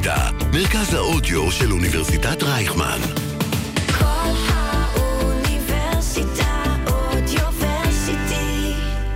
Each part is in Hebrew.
האוניברסיטה, מרכז האודיו של אוניברסיטת רייכמן. כל האוניברסיטה אודיוורסיטי.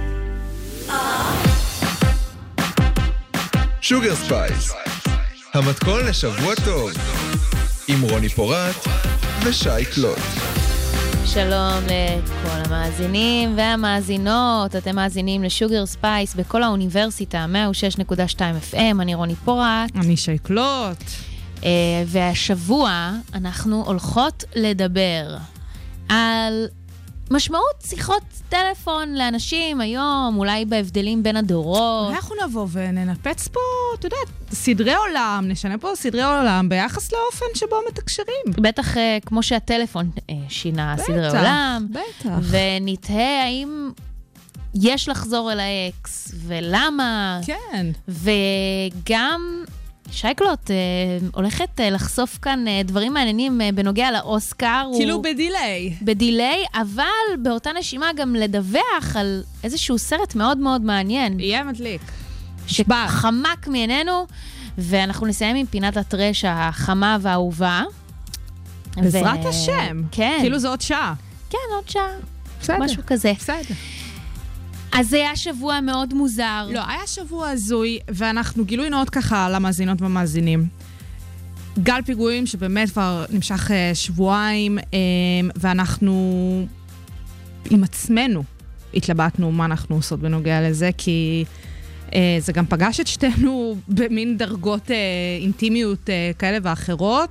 שוגר ספייס, המתכון לשבוע טוב, עם רוני פורט ושי קלוט. שלום לכל המאזינים והמאזינות, אתם מאזינים לשוגר ספייס בכל האוניברסיטה, 106.2 FM, אני רוני פורט. אני שי קלוט. והשבוע אנחנו הולכות לדבר על משמעות שיחות טלפון לאנשים היום, אולי בהבדלים בין הדורות. אנחנו נבוא וננפץ פה, אתה יודע, סדרי עולם, נשנה פה סדרי עולם ביחס לאופן שבו מתקשרים. בטח כמו שהטלפון שינה סדרי עולם. בטח. ונתהה האם יש לחזור אל האקס, ולמה. כן. וגם שייקלוט הולכת לחשוף כאן דברים מעניינים בנוגע לאוסקר. כאילו בדיליי. בדיליי, אבל באותה נשימה גם לדווח על איזשהו סרט מאוד מאוד מעניין. יהיה מדליק. שחמק מעינינו, ואנחנו נסיים עם פינת הטרש החמה והאהובה. בעזרת השם. כן. כאילו זה עוד שעה. כן, עוד שעה. בסדר. משהו כזה. בסדר. אז זה היה שבוע מאוד מוזר. לא, היה שבוע הזוי, ואנחנו גילוי נאות ככה למאזינות ומאזינים. גל פיגועים שבאמת כבר נמשך שבועיים, ואנחנו עם עצמנו התלבטנו מה אנחנו עושות בנוגע לזה, כי זה גם פגש את שתינו במין דרגות אינטימיות כאלה ואחרות,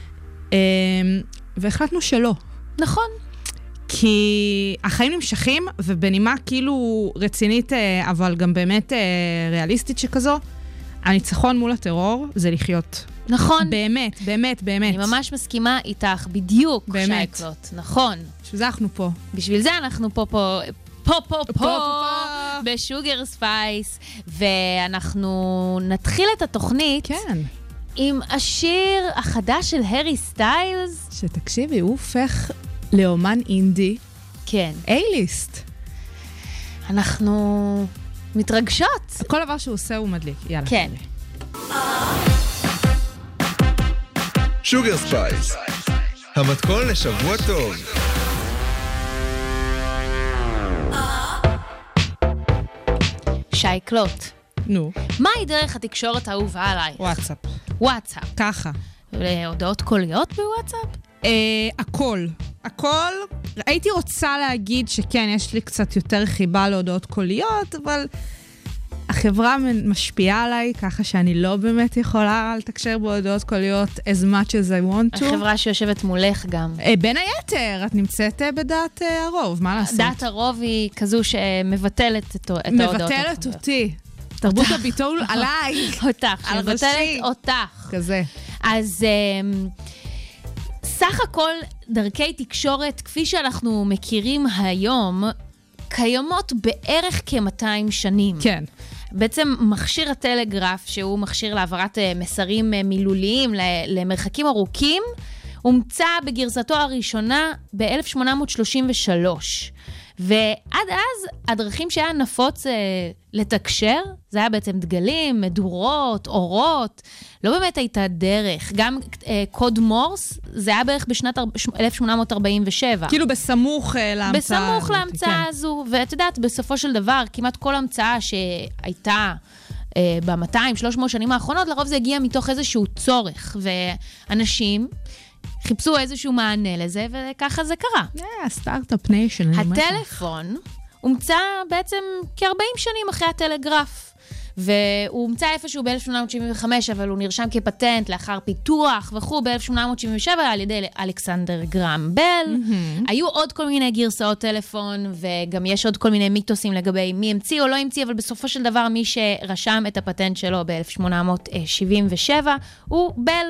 והחלטנו שלא. נכון. כי החיים נמשכים, ובנימה כאילו רצינית, אבל גם באמת ריאליסטית שכזו, הניצחון מול הטרור זה לחיות. נכון. באמת, באמת, באמת. אני ממש מסכימה איתך, בדיוק, באמת. שייקלוט. נכון. בשביל זה אנחנו פה. בשביל זה אנחנו פה, בשוגר ספייס, ואנחנו נתחיל את התוכנית. כן. עם השיר החדש של הרי סטיילס. שתקשיבי, הוא הופך לאומן אינדי. כן. A-ליסט. אנחנו מתרגשות. כל דבר שהוא עושה הוא מדליק. יאללה. כן. שוגר ספייס, המתכון לשבוע טוב. שי קלוט. נו. מהי דרך התקשורת האהובה עליי? וואטסאפ. וואטסאפ. ככה. הודעות קוליות בוואטסאפ? הכל. הייתי רוצה להגיד שכן, יש לי קצת יותר חיבה להודעות קוליות, אבל החברה משפיעה עליי, ככה שאני לא באמת יכולה לתקשר בהודעות קוליות as much as I want to. החברה שיושבת מולך גם. בין היתר, את נמצאת בדעת הרוב, מה לעשות? דעת הרוב היא כזו שמבטלת את ההודעות. מבטלת אותי. תרבות הביטול עליי. אותך, מבטלת אותך. כזה. אז סך הכל דרכי תקשורת, כפי שאנחנו מכירים היום, קיימות בערך כ-200 שנים. כן. בעצם מכשיר הטלגרף, שהוא מכשיר להעברת מסרים מילוליים למרחקים ארוכים, הומצא בגרסתו הראשונה ב-1833. ועד אז הדרכים שהיה נפוץ לתקשר, זה היה בעצם דגלים, מדורות, אורות, לא באמת הייתה דרך. גם קוד מורס, זה היה בערך בשנת 1847. כאילו בסמוך להמצאה. בסמוך להמצאה הזו, ואת יודעת, בסופו של דבר, כמעט כל המצאה שהייתה ב-200-300 שנים האחרונות, לרוב זה הגיע מתוך איזשהו צורך, ואנשים חיפשו איזשהו מענה לזה, וככה זה קרה. סטארט-אפ ניישן. הטלפון הומצא בעצם כ-40 שנים אחרי הטלגרף, והוא הומצא איפשהו ב-1875, אבל הוא נרשם כפטנט לאחר פיתוח וכו' ב-1877 על ידי אלכסנדר גרם בל. היו עוד כל מיני גרסאות טלפון, וגם יש עוד כל מיני מיתוסים לגבי מי המציא או לא המציא, אבל בסופו של דבר מי שרשם את הפטנט שלו ב-1877 הוא בל.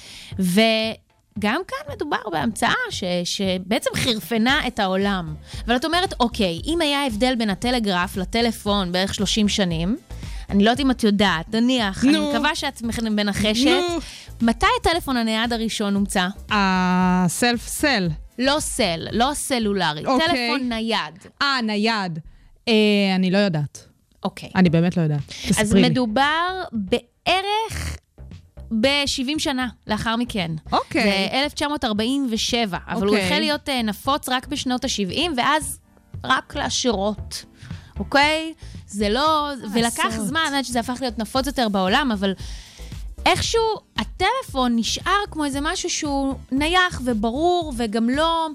גם כאן מדובר בהמצאה שבעצם חרפנה את העולם. אבל את אומרת, אוקיי, אם היה הבדל בין הטלגרף לטלפון בערך 30 שנים, אני לא יודעת אם את יודעת, נניח, אני מקווה שאת מנחשת, מתי הטלפון הנייד הראשון הומצא? סל. לא סלולרי, טלפון נייד. נייד. אני לא יודעת. אוקיי. אני באמת לא יודעת. אז מדובר בערך ב-70 שנה לאחר מכן. אוקיי. זה 1947, אבל הוא החל להיות נפוץ רק בשנות ה-70, ואז רק לעשירות. אוקיי? זה לא... ולקח זמן עד שזה הפך להיות נפוץ יותר בעולם, אבל איכשהו הטלפון נשאר כמו איזה משהו שהוא נייח וברור, וגם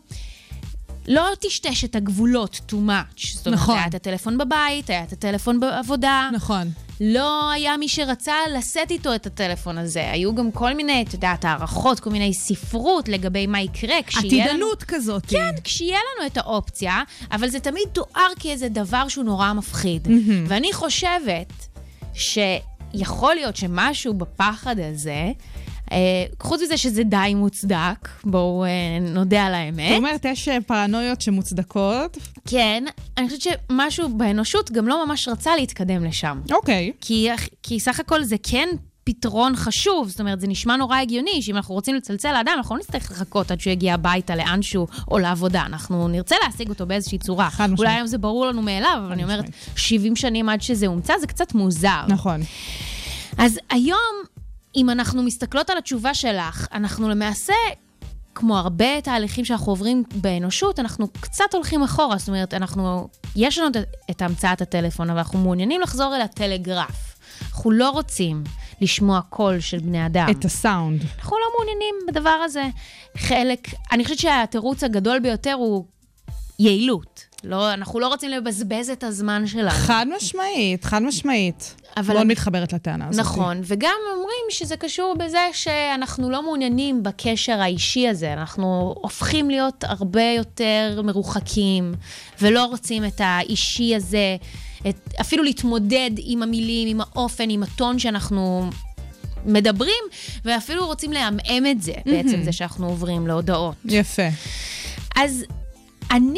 לא תשתש את הגבולות too much. זאת אומרת, נכון. היה את הטלפון בבית, היה את הטלפון בעבודה. נכון. לא היה מי שרצה לשאת איתו את הטלפון הזה. היו גם כל מיני, אתה יודעת, הערכות, כל מיני ספרות לגבי מה יקרה. עתידנות כזאת. כן, כשיהיה לנו את האופציה, אבל זה תמיד תואר כאיזה דבר שהוא נורא מפחיד. ואני חושבת שיכול להיות שמשהו בפחד הזה, חוץ מזה שזה די מוצדק, בואו נודה על האמת. זאת אומרת, יש פרנויות שמוצדקות. כן, אני חושבת שמשהו באנושות גם לא ממש רצה להתקדם לשם. אוקיי. כי סך הכל זה כן פתרון חשוב, זאת אומרת, זה נשמע נורא הגיוני, שאם אנחנו רוצים לצלצל לאדם, אנחנו לא נצטרך לחכות עד שהוא יגיע הביתה לאנשהו או לעבודה, אנחנו נרצה להשיג אותו באיזושהי צורה. אולי היום זה ברור לנו מאליו, אבל אני אומרת, 70 שנים עד שזה הומצא, זה קצת מוזר. נכון. אז היום, אם אנחנו מסתכלות על התשובה שלך, אנחנו למעשה, כמו הרבה תהליכים שאנחנו עוברים באנושות, אנחנו קצת הולכים אחורה, זאת אומרת, יש לנו את המצאת הטלפון, אבל אנחנו מעוניינים לחזור אל הטלגרף. אנחנו לא רוצים לשמוע קול של בני אדם. את הסאונד. אנחנו לא מעוניינים בדבר הזה. אני חושבת שהתירוץ הגדול ביותר הוא יעילות. אנחנו לא רוצים לבזבז את הזמן שלנו. חד משמעית. מאוד מתחברת לטענה הזאת. נכון, וגם אומרים שזה קשור בזה שאנחנו לא מעוניינים בקשר האישי הזה, אנחנו הופכים להיות הרבה יותר מרוחקים, ולא רוצים את האישי הזה, אפילו להתמודד עם המילים, עם האופן, עם הטון שאנחנו מדברים, ואפילו רוצים להמאם את זה, בעצם זה שאנחנו עוברים להודעות. יפה. אז אני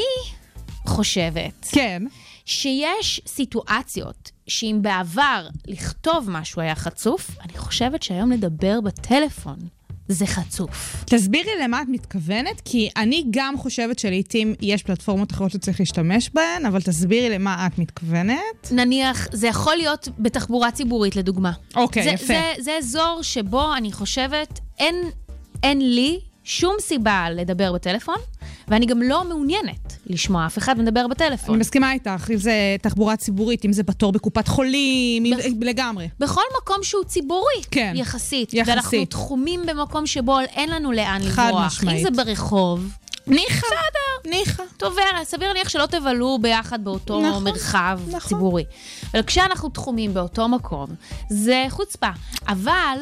חושבת, כן, שיש סיטואציות שאם בעבר לכתוב משהו היה חצוף, אני חושבת שהיום לדבר בטלפון זה חצוף. תסבירי למה את מתכוונת, כי אני גם חושבת שלעיתים יש פלטפורמות אחרות שצריך להשתמש בהן, אבל תסבירי למה את מתכוונת. נניח, זה יכול להיות בתחבורה ציבורית לדוגמה. אוקיי, יפה. זה אזור שבו אני חושבת, אין לי שום סיבה לדבר בטלפון, ואני גם לא מעוניינת לשמוע אף אחד מדבר בטלפון. אני מסכימה איתך, אם זה תחבורה ציבורית, אם זה בתור בקופת חולים, לגמרי. בכל מקום שהוא ציבורי, כן. יחסית. ואנחנו תחומים במקום שבו אין לנו לאן לברוח. אם זה ברחוב, ניחה. בסדר. ניחה. טוב, סביר להניח שלא תבלו ביחד באותו מרחב ציבורי. אבל כשאנחנו תחומים באותו מקום, זה חוצפה. אבל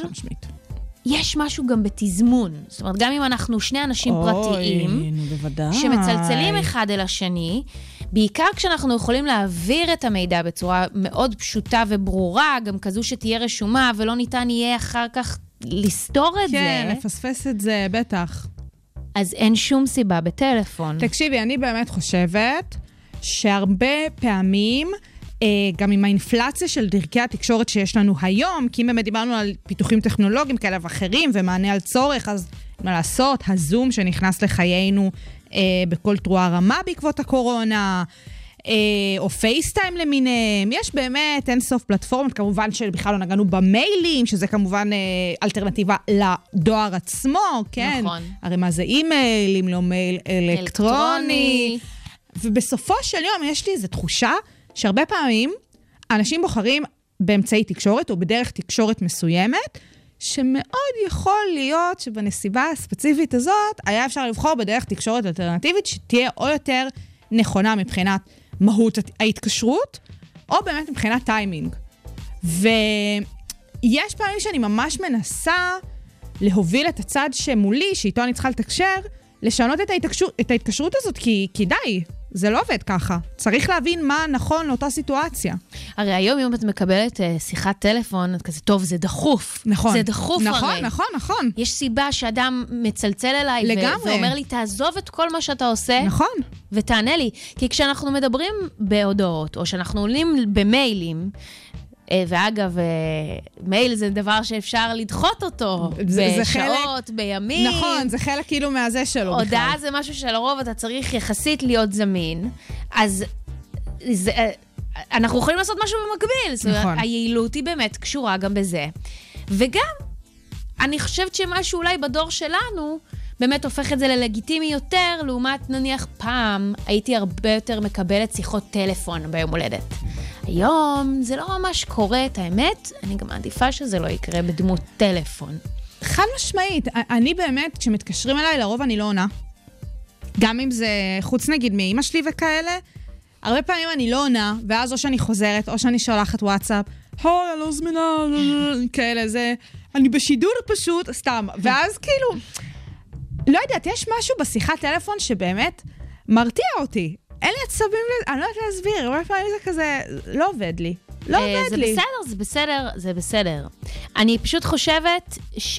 יש משהו גם בתזמון. זאת אומרת, גם אם אנחנו שני אנשים פרטיים, שמצלצלים אחד אל השני, בעיקר כשאנחנו יכולים להעביר את המידע בצורה מאוד פשוטה וברורה, גם כזו שתהיה רשומה, ולא ניתן יהיה אחר כך לסתור את זה. כן, לפספס את זה, בטח. אז אין שום סיבה בטלפון. תקשיבי, אני באמת חושבת שהרבה פעמים, גם עם האינפלציה של דרכי התקשורת שיש לנו היום, כי אם באמת דיברנו על פיתוחים טכנולוגיים כאלה ואחרים, ומענה על צורך, אז מה לעשות, הזום שנכנס לחיינו בכל תרועה רמה בעקבות הקורונה, או פייסטיים למיניהם, יש באמת אינסוף פלטפורמות, כמובן שבכלל לא נגענו במיילים, שזה כמובן אלטרנטיבה לדואר עצמו, כן? נכון. הרי מה זה אימייל, אם לא מייל אלקטרוני. ובסופו של יום יש לי איזו תחושה, שהרבה פעמים אנשים בוחרים באמצעי תקשורת, או בדרך תקשורת מסוימת, שמאוד יכול להיות שבנסיבה הספציפית הזאת, היה אפשר לבחור בדרך תקשורת אלטרנטיבית, שתהיה או יותר נכונה מבחינת מהות ההתקשרות, או באמת מבחינת טיימינג. ויש פעמים שאני ממש מנסה להוביל את הצד שמולי, שאיתו אני צריכה לתקשר, לשנות את ההתקשרות הזאת, כי די, זה לא עובד ככה. צריך להבין מה נכון לאותה סיטואציה. הרי היום אם את מקבלת שיחת טלפון, את כזה, טוב, זה דחוף. נכון. זה דחוף הרי. נכון. יש סיבה שאדם מצלצל אליי ואומר לי, תעזוב את כל מה שאתה עושה. נכון. ותענה לי. כי כשאנחנו מדברים בהודעות, או שאנחנו עולים במיילים, ואגב, מייל זה דבר שאפשר לדחות אותו בשעות, בימים. נכון, זה חלק כאילו מהזה שלו. הודעה זה משהו שלרוב אתה צריך יחסית להיות זמין, אז אנחנו יכולים לעשות משהו במקביל. נכון. היעילות היא באמת קשורה גם בזה. וגם, אני חושבת שמשהו אולי בדור שלנו, באמת הופך את זה ללגיטימי יותר, לעומת נניח פעם, הייתי הרבה יותר מקבלת שיחות טלפון ביום הולדת. היום זה לא ממש קורה, את האמת, אני גם מעדיפה שזה לא יקרה בדמות טלפון. חד משמעית, אני באמת, כשמתקשרים אליי, לרוב אני לא עונה. גם אם זה חוץ נגיד מאמא שלי וכאלה, הרבה פעמים אני לא עונה, ואז או שאני חוזרת, או שאני שולחת וואטסאפ, אני לא זמינה, כאלה, זה, אני בשידור פשוט, סתם. ואז כאילו, לא יודעת, יש משהו בשיחת טלפון שבאמת מרתיע אותי. אין לי עצבים, אני לא יודעת להסביר, הרבה פעמים זה כזה, לא עובד לי. לא עובד לי. זה בסדר. אני פשוט חושבת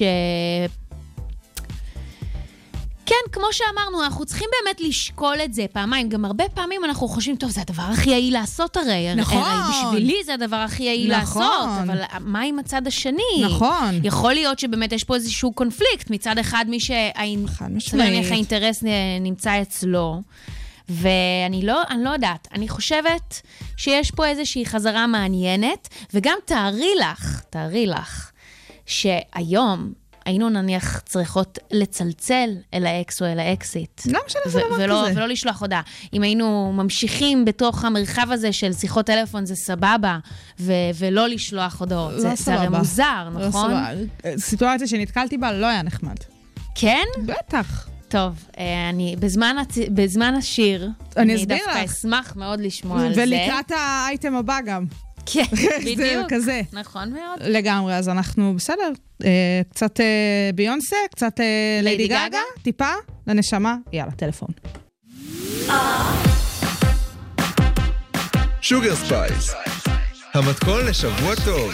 כן, כמו שאמרנו, אנחנו צריכים באמת לשקול את זה פעמיים. גם הרבה פעמים אנחנו חושבים, טוב, זה הדבר הכי יעיל לעשות הרי. נכון. הרי בשבילי זה הדבר הכי יעיל לעשות. אבל מה עם הצד השני? נכון. יכול להיות שבאמת יש פה איזשהו קונפליקט. מצד אחד, מי שהאינטרס נמצא אצלו. ואני לא יודעת. אני חושבת שיש פה איזושהי חזרה מעניינת, וגם תארי לך, שהיום היינו נניח צריכות לצלצל אל האקס או אל האקסית. למה שלא זה דבר כזה? ולא לשלוח הודעה. אם היינו ממשיכים בתוך המרחב הזה של שיחות טלפון, זה סבבה, ולא לשלוח הודעות. זה הרי מוזר, נכון? סיטואציה שנתקלתי בה לא היה נחמד. כן? בטח. טוב, בזמן השיר, אני דווקא אשמח מאוד לשמוע על זה. ולקראת האייטם הבא גם. כן, בדיוק. זה כזה. נכון מאוד. לגמרי, אז אנחנו בסדר. קצת ביונסה, קצת ליידי גגה, טיפה לנשמה, יאללה, טלפון. שוגר ספייס, המתכון לשבוע טוב.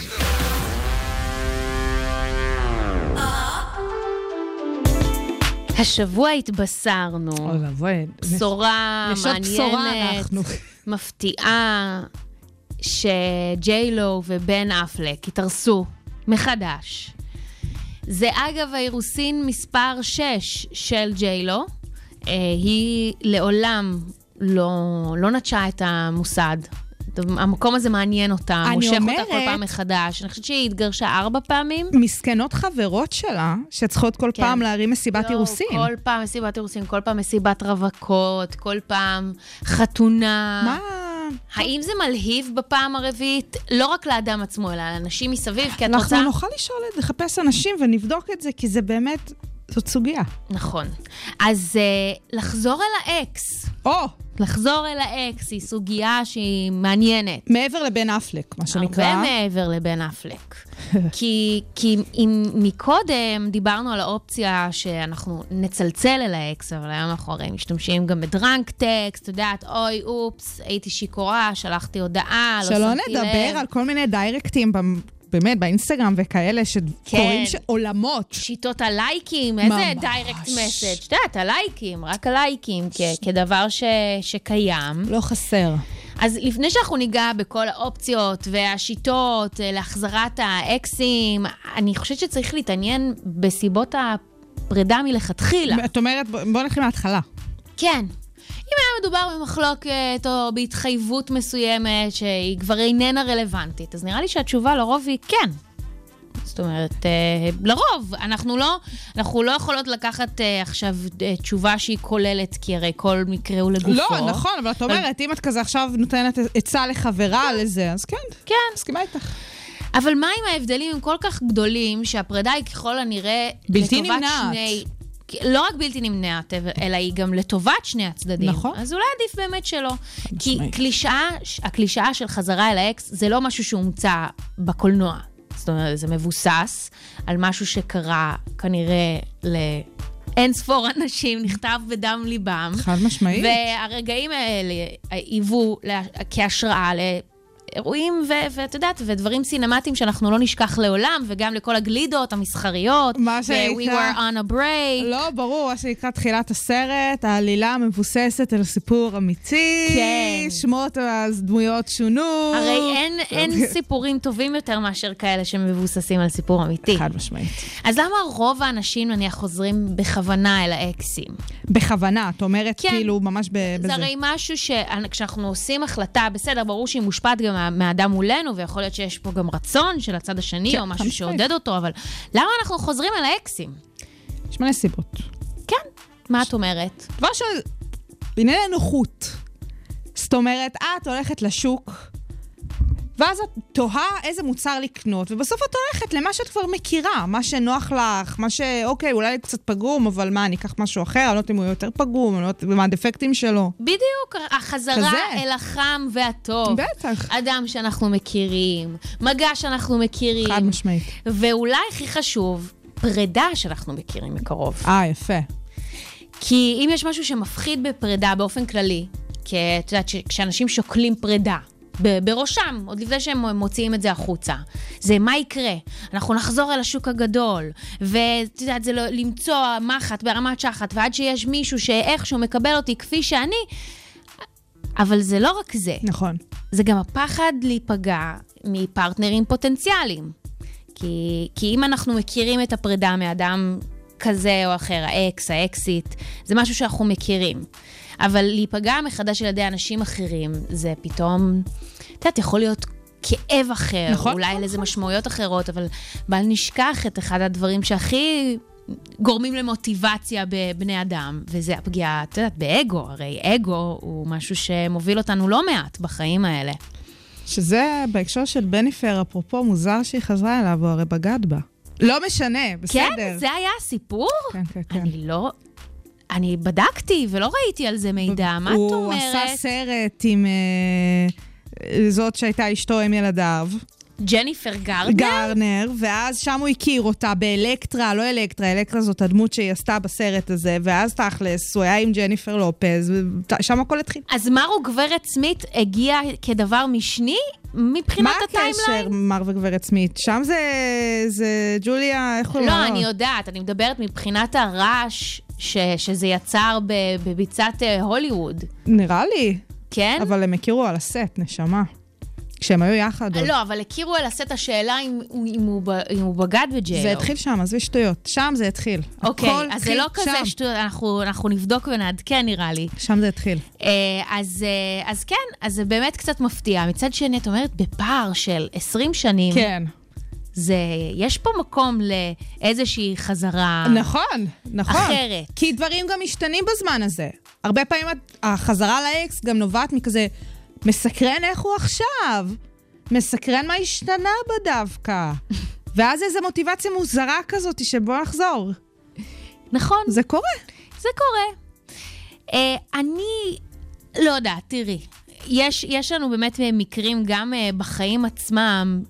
השבוע התבשרנו. בשורה מעניינת, מפתיעה, שג'יילו ובן אפלק התארסו מחדש. זה אגב האירוסין מספר 6 של ג'יילו. היא לעולם לא נטשה את המוסד. המקום הזה מעניין אותה, מושך אותה כל פעם מחדש. אני חושבת שהיא התגרשה 4 פעמים. מסכנות חברות שלה, שצריכות כל פעם להרים מסיבת אירוסין. כל פעם מסיבת אירוסין, כל פעם מסיבת רווקות, כל פעם חתונה. מה? האם זה מלהיב בפעם הרביעית, לא רק לאדם עצמו, אלא לאנשים מסביב, כי את רוצה... אנחנו נוכל לחפש אנשים ונבדוק את זה, כי זה באמת, זאת סוגיה. נכון. אז לחזור אל האקס. לחזור אל האקס היא סוגיה שהיא מעניינת. מעבר לבן אפלק, מה שנקרא. הרבה מעבר לבן אפלק. כי אם מקודם דיברנו על האופציה שאנחנו נצלצל אל האקס, אבל היום אנחנו הרי משתמשים גם בדרנק טקסט, אתה יודעת, אוי, אופס, הייתי שיקורה, שלחתי הודעה, לא שמתי לב. שלא נדבר על כל מיני דיירקטים באמת, באינסטגרם וכאלה שקוראים עולמות. שיטות הלייקים, איזה דיירקט מסאג', אתה יודעת, הלייקים, רק הלייקים, כדבר שקיים. לא חסר. אז לפני שאנחנו ניגע בכל האופציות והשיטות להחזרת האקסים, אני חושבת שצריך להתעניין בסיבות הפרידה מלכתחילה. את אומרת, בוא נתחיל מההתחלה. כן. אם היה מדובר במחלוקת או בהתחייבות מסוימת שהיא כבר איננה רלוונטית, אז נראה לי שהתשובה לרוב היא כן. זאת אומרת, לרוב, אנחנו לא יכולות לקחת עכשיו תשובה שהיא כוללת, כי הרי כל מקרה הוא לגופו. לא, נכון, אבל את אומרת, אם את כזה עכשיו נותנת עצה לחברה לזה, אז כן. כן. מסכימה איתך. אבל מה אם ההבדלים הם כל כך גדולים, שהפרידה היא ככל הנראה בלתי נמנעת. לא רק בלתי נמנעת, אלא היא גם לטובת שני הצדדים. נכון. אז אולי עדיף באמת שלא. כי הקלישאה של חזרה אל האקס, זה לא משהו שהומצא בקולנוע. זאת אומרת, זה מבוסס על משהו שקרה כנראה לאין ספור אנשים, נכתב בדם ליבם. חד משמעית. והרגעים האלה היוו כהשראה אירועים ואת יודעת, ודברים סינמטיים שאנחנו לא נשכח לעולם, וגם לכל הגלידות המסחריות. מה שנקרא... We were on a break. לא, ברור, מה שנקרא תחילת הסרט, העלילה מבוססת על סיפור אמיתי, כן. שמות הדמויות שונו. הרי אין סיפורים טובים יותר מאשר כאלה שמבוססים על סיפור אמיתי. חד משמעית. אז למה רוב האנשים נניח חוזרים בכוונה אל האקסים? בכוונה, את אומרת כן. כאילו ממש בזה. זה הרי משהו שכשאנחנו עושים החלטה, בסדר, ברור שהיא מושפעת גם מהאדם מולנו, ויכול להיות שיש פה גם רצון של הצד השני, כן, או משהו שעודד אותו, אבל למה אנחנו חוזרים על האקסים? יש מלא סיבות. כן, מה את אומרת? דבר של בענייני נוחות. זאת אומרת, את הולכת לשוק, ואז את תוהה איזה מוצר לקנות, ובסוף את הולכת למה שאת כבר מכירה, מה שנוח לך, מה אוקיי, אולי קצת פגום, אבל מה, אני אקח משהו אחר, אני לא יודעת אם הוא יותר פגום, אני לא יודעת מה הדפקטים שלו. בדיוק, החזרה כזה. אל החם והטוב. בטח. אדם שאנחנו מכירים, מגע שאנחנו מכירים. חד משמעית. ואולי הכי חשוב, פרידה שאנחנו מכירים מקרוב. יפה. כי אם יש משהו שמפחיד בפרידה באופן כללי, כי את יודעת, כשאנשים שוקלים פרידה, בראשם, עוד לפני שהם מוציאים את זה החוצה. זה מה יקרה? אנחנו נחזור אל השוק הגדול, ואת יודעת, זה למצוא מחט ברמת שחת, ועד שיש מישהו שאיכשהו מקבל אותי כפי שאני, אבל זה לא רק זה. נכון. זה גם הפחד להיפגע מפרטנרים פוטנציאליים. כי אם אנחנו מכירים את הפרידה מאדם כזה או אחר, האקס, האקסית, זה משהו שאנחנו מכירים. אבל להיפגע מחדש על ידי אנשים אחרים, זה פתאום, את יודעת, יכול להיות כאב אחר, נכון, אולי נכון, לזה נכון. משמעויות אחרות, אבל בל נשכח את אחד הדברים שהכי גורמים למוטיבציה בבני אדם, וזה הפגיעה, את יודעת, באגו, הרי אגו הוא משהו שמוביל אותנו לא מעט בחיים האלה. שזה בהקשר של בניפר, אפרופו מוזר שהיא חזרה אליו, הוא הרי בגד בה. לא משנה, בסדר. כן, זה היה הסיפור? כן, כן, כן. אני בדקתי ולא ראיתי על זה מידע, מה את אומרת? הוא עשה סרט עם זאת שהייתה אשתו עם ילדיו. ג'ניפר גארנר? גארנר, ואז שם הוא הכיר אותה באלקטרה, לא אלקטרה, אלקטרה זאת הדמות שהיא עשתה בסרט הזה, ואז תכלס, הוא היה עם ג'ניפר לופז, ושם הכל התחיל. אז מרו גברת סמית הגיע כדבר משני מבחינת הטיימליין? מה הקשר מר וגברת סמית? שם זה ג'וליה, איך הוא לא, אני יודעת, אני מדברת מבחינת הרעש שזה יצר בביצת הוליווד. נראה לי. כן? אבל הם הכירו על הסט, נשמה. כשהם היו יחד. לא, אבל הכירו על הסט השאלה אם הוא בגד בג'יילו. זה התחיל שם, אז זה שטויות. שם זה התחיל. אוקיי, אז זה לא כזה שטויות, אנחנו נבדוק ונעדכן נראה לי. שם זה התחיל. אז כן, אז זה באמת קצת מפתיע. מצד שני, את אומרת, בפער של 20 שנים, כן. יש פה מקום לאיזושהי חזרה נכון. אחרת. כי דברים גם משתנים בזמן הזה. הרבה פעמים החזרה לאקס גם נובעת מכזה, מסקרן איך הוא עכשיו, מסקרן מה השתנה בדווקא. ואז איזו מוטיבציה מוזרה כזאת שבוא נחזור. נכון. זה קורה. זה קורה. אני לא יודעת, תראי. יש לנו באמת מקרים גם בחיים עצמם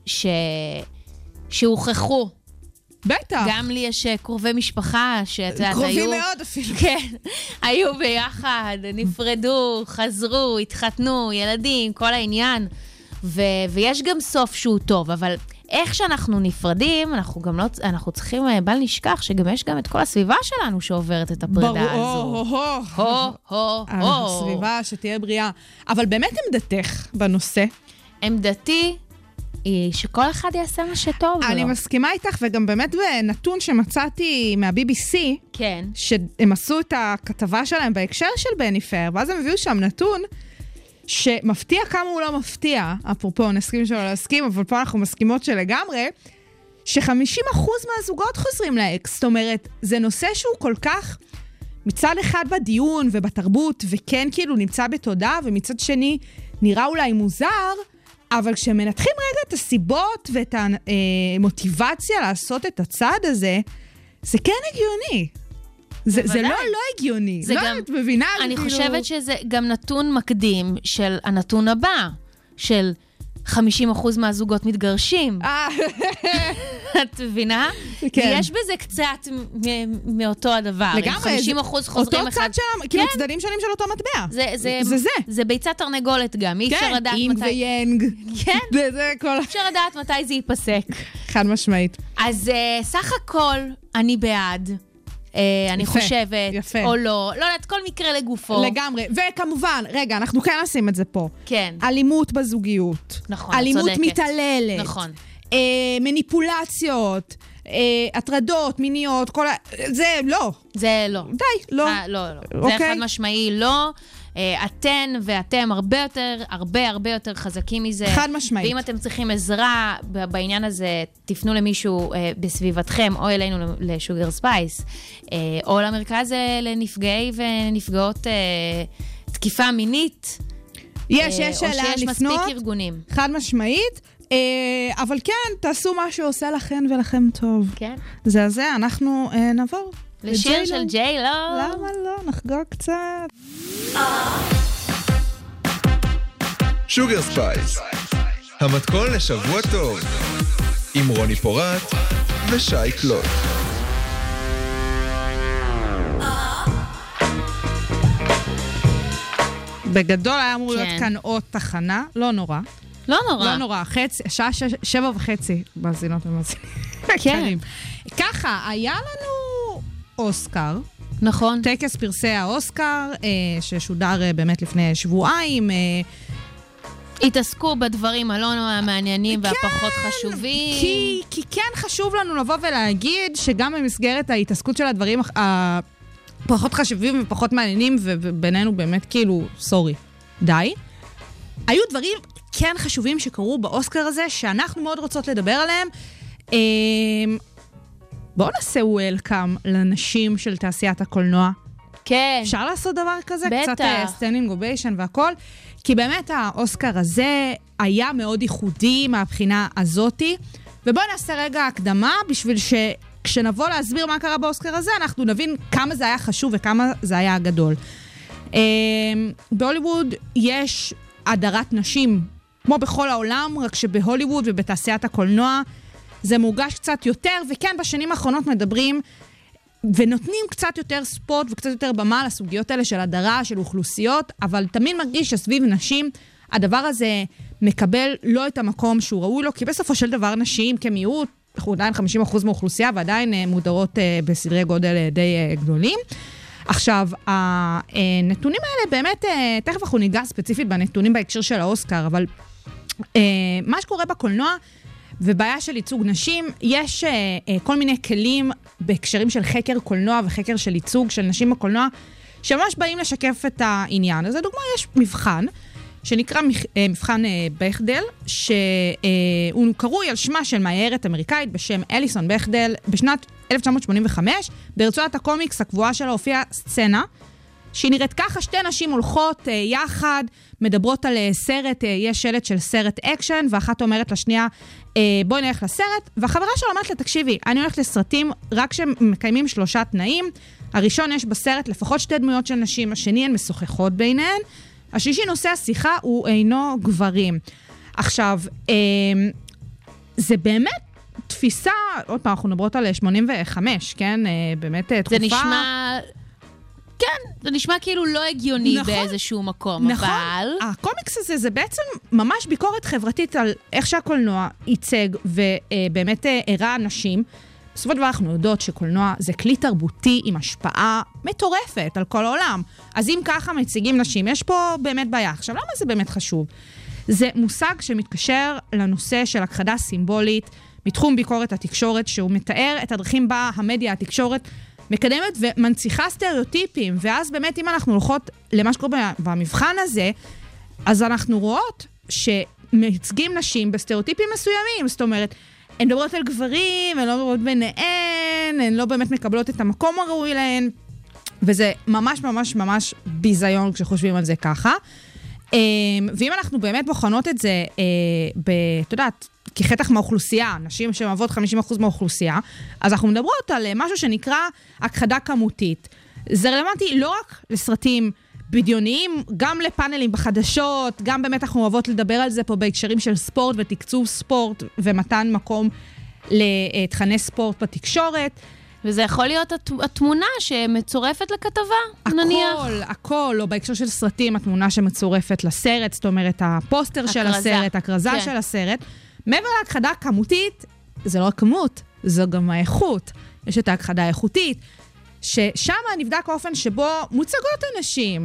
שהוכחו. בטח. גם לי יש קרובי משפחה שאת יודעת, היו... קרובים מאוד אפילו. כן, היו ביחד, נפרדו, חזרו, התחתנו, ילדים, כל העניין. ויש גם סוף שהוא טוב, אבל איך שאנחנו נפרדים, אנחנו גם לא, אנחנו צריכים בל נשכח שגם יש גם את כל הסביבה שלנו שעוברת את הפרידה הזו. הסביבה שתהיה בריאה. אבל באמת עמדתך בנושא? עמדתי היא שכל אחד יעשה מה שטוב לו. אני מסכימה איתך, וגם באמת בנתון שמצאתי מה-BBC, כן. שהם עשו את הכתבה שלהם בהקשר של בניפר, ואז הם הביאו שם נתון שמפתיע כמה הוא לא מפתיע, אפרופו נסכים שלא להסכים, אבל פה אנחנו מסכימות שלגמרי, ש50% מהזוגות חוזרים לאקס. זאת אומרת, זה נושא שהוא כל כך מצד אחד בדיון ובתרבות, וכן כאילו נמצא בתודעה, ומצד שני נראה אולי מוזר, אבל כשמנתחים רגע את הסיבות ואת המוטיבציה לעשות את הצעד הזה, זה כן הגיוני. זה לא הגיוני. זה לא, גם, את מבינה? אני כאילו... חושבת שזה גם נתון מקדים של הנתון הבא, של 50% מהזוגות מתגרשים. את מבינה? כן. ויש בזה קצת מאותו הדבר. לגמרי. 50% חוזרים אותו צד שם, כאילו צדדים שונים של אותו מטבע. זה ביצת תרנגולת גם. אי אפשר לדעת מתי... כן, אין ויינג. כן. זה כל... אי אפשר לדעת מתי זה ייפסק. חד משמעית. אז סך הכל אני בעד. אני חושבת, או לא יודעת, כל מקרה לגופו. לגמרי, וכמובן, רגע, אנחנו כן נשים את זה פה. כן. אלימות בזוגיות. נכון, אלימות צודקת. מתעללת. נכון. מניפולציות, הטרדות, מיניות, זה לא. זה לא. די, לא. לא. זה חד משמעי לא. אתן ואתם הרבה יותר חזקים מזה. חד משמעית. ואם אתם צריכים עזרה בעניין הזה, תפנו למישהו בסביבתכם, או אלינו לשוגר ספייס, או למרכז לנפגעי ונפגעות תקיפה מינית. יש או שיש מספיק ארגונים. חד משמעית. אבל כן, תעשו מה שעושה לכם ולכם טוב. כן. זה, אנחנו נעבור. לשיר של ג'יי-לו. למה לא? נחגוג קצת. שוגר ספייס, המתכון לשבוע טוב, עם רוני פורט ושי קלוט. בגדול היה אמור להיות כאן עוד תחנה, לא נורא. לא נורא. שעה 7:30 מאזינות ומאזינים. כן. ככה, היה לנו אוסקר. נכון. טקס פרסי האוסקר, ששודר באמת לפני שבועיים. התעסקו בדברים הלא מעניינים והפחות חשובים. כי כן חשוב לנו לבוא ולהגיד שגם במסגרת ההתעסקות של הדברים הפחות חשובים ופחות מעניינים, ובינינו באמת כאילו, סורי, די. היו דברים כן חשובים שקרו באוסקר הזה, שאנחנו מאוד רוצות לדבר עליהם. בואו נעשה וולקאם לנשים של תעשיית הקולנוע. כן. אפשר לעשות דבר כזה? בטח. קצת סטנדינג אוביישן והכל. כי באמת האוסקר הזה היה מאוד ייחודי מהבחינה הזאתי. ובואו נעשה רגע הקדמה בשביל שכשנבוא להסביר מה קרה באוסקר הזה, אנחנו נבין כמה זה היה חשוב וכמה זה היה גדול. בהוליווד יש הדרת נשים, כמו בכל העולם, רק שבהוליווד ובתעשיית הקולנוע זה מורגש קצת יותר, וכן בשנים האחרונות מדברים ונותנים קצת יותר ספורט וקצת יותר במה לסוגיות האלה של הדרה, של אוכלוסיות, אבל תמיד מרגיש שסביב נשים הדבר הזה מקבל לא את המקום שהוא ראוי לו, כי בסופו של דבר נשים כמיעוט, אנחנו עדיין 50% מהאוכלוסייה ועדיין מודרות בסדרי גודל די גדולים. עכשיו, הנתונים האלה באמת, תכף אנחנו ניגע ספציפית בנתונים בהקשר של האוסקר, אבל מה שקורה בקולנוע ובעיה של ייצוג נשים, יש כל מיני כלים בהקשרים של חקר קולנוע וחקר של ייצוג של נשים בקולנוע, שממש באים לשקף את העניין. אז לדוגמה, יש מבחן שנקרא מבחן בכדל, שהוא קרוי על שמה של מאיירת אמריקאית בשם אליסון בכדל. בשנת 1985, ברצועת הקומיקס הקבועה שלה הופיעה סצנה, שהיא נראית ככה, שתי נשים הולכות יחד, מדברות על סרט, יש שלט של סרט אקשן, ואחת אומרת לשנייה, בואי נלך לסרט, והחברה שלה אומרת לה, תקשיבי, אני הולכת לסרטים רק שמקיימים 3 תנאים. הראשון, יש בסרט לפחות 2 דמויות של נשים, השני הן משוחחות ביניהן, השלישי, נושא השיחה, הוא אינו גברים. עכשיו, זה באמת תפיסה, עוד פעם, אנחנו מדברות על 85, כן? באמת תקופה... זה נשמע... כן, זה נשמע כאילו לא הגיוני נכון, באיזשהו מקום, נכון. אבל... הקומיקס הזה זה בעצם ממש ביקורת חברתית על איך שהקולנוע ייצג ובאמת הראה אנשים. בסופו של דבר אנחנו יודעות שקולנוע זה כלי תרבותי עם השפעה מטורפת על כל העולם. אז אם ככה מציגים נשים, יש פה באמת בעיה. עכשיו, למה זה באמת חשוב? זה מושג שמתקשר לנושא של הכחדה סימבולית מתחום ביקורת התקשורת, שהוא מתאר את הדרכים בה המדיה התקשורת מקדמת ומנציחה סטריאוטיפים, ואז באמת אם אנחנו הולכות למה שקורה במבחן הזה, אז אנחנו רואות שמייצגים נשים בסטריאוטיפים מסוימים, זאת אומרת, הן מדברות על גברים, הן לא מדברות ביניהן, הן לא באמת מקבלות את המקום הראוי להן, וזה ממש ממש ממש ביזיון כשחושבים על זה ככה. ואם אנחנו באמת בוחנות את זה, את יודעת, כחתך מהאוכלוסייה, נשים שמהוות 50% מהאוכלוסייה, אז אנחנו מדברות על משהו שנקרא הכחדה כמותית. זה רלוונטי לא רק לסרטים בדיוניים, גם לפאנלים בחדשות, גם באמת אנחנו אוהבות לדבר על זה פה בהקשרים של ספורט ותקצוב ספורט ומתן מקום לתכני ספורט בתקשורת. וזה יכול להיות התמונה שמצורפת לכתבה, נניח. הכל, או בהקשר של סרטים, התמונה שמצורפת לסרט, זאת אומרת, הפוסטר של הסרט, הכרזה של הסרט. מעבר להכחדה כמותית, זה לא הכמות, זו גם האיכות. יש את ההכחדה האיכותית, ששם נבדק האופן שבו מוצגות אנשים,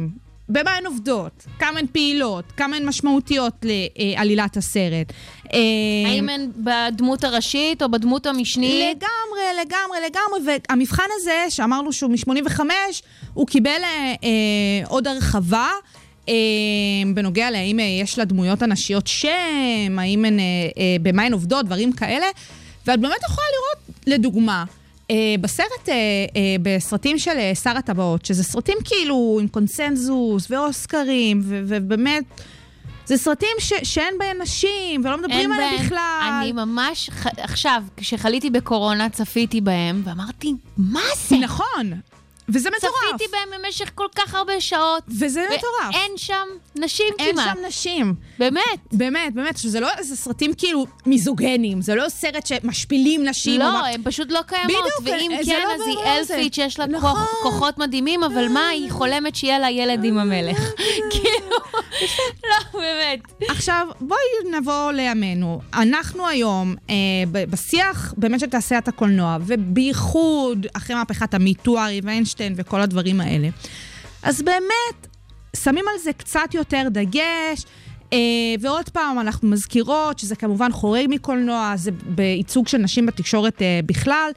במה הן עובדות, כמה הן פעילות, כמה הן משמעותיות לעלילת הסרט. האם הן בדמות הראשית או בדמות המשנית? לגמרי, והמבחן הזה, שאמרנו שהוא מ-85, הוא קיבל עוד הרחבה, בנוגע להאם יש לה דמויות הנשיות שם, האם הן, במה הן עובדות, דברים כאלה, ואת באמת יכולה לראות, לדוגמה, בסרט, בסרטים של שר הטבעות, שזה סרטים כאילו עם קונסנזוס ואוסקרים, ובאמת, זה סרטים שאין בהם נשים, ולא מדברים עליהם בכלל. אני ממש, עכשיו, כשחליתי בקורונה, צפיתי בהם, ואמרתי, מה זה? נכון. וזה מטורף. צפיתי בהם במשך כל כך הרבה שעות. וזה מטורף. ואין שם נשים כמעט. אין שם נשים. באמת. שזה לא איזה סרטים כאילו מיזוגנים, זה לא סרט שמשפילים נשים. לא, הם פשוט לא קיימות. ואם כן, אז היא אלפית שיש לה כוחות מדהימים, אבל מה, היא חולמת שיהיה לה ילד עם המלך. כאילו, לא, באמת. עכשיו, בואי נבוא לימינו. אנחנו היום, בשיח באמת של תעשיית הקולנוע, ובייחוד אחרי מהפכת המיטו, ארי ויינשטיין, וכל הדברים האלה. אז באמת, שמים על זה קצת יותר דגש, ועוד פעם אנחנו מזכירות שזה כמובן חורג מקולנוע, זה בייצוג של נשים בתקשורת בכלל,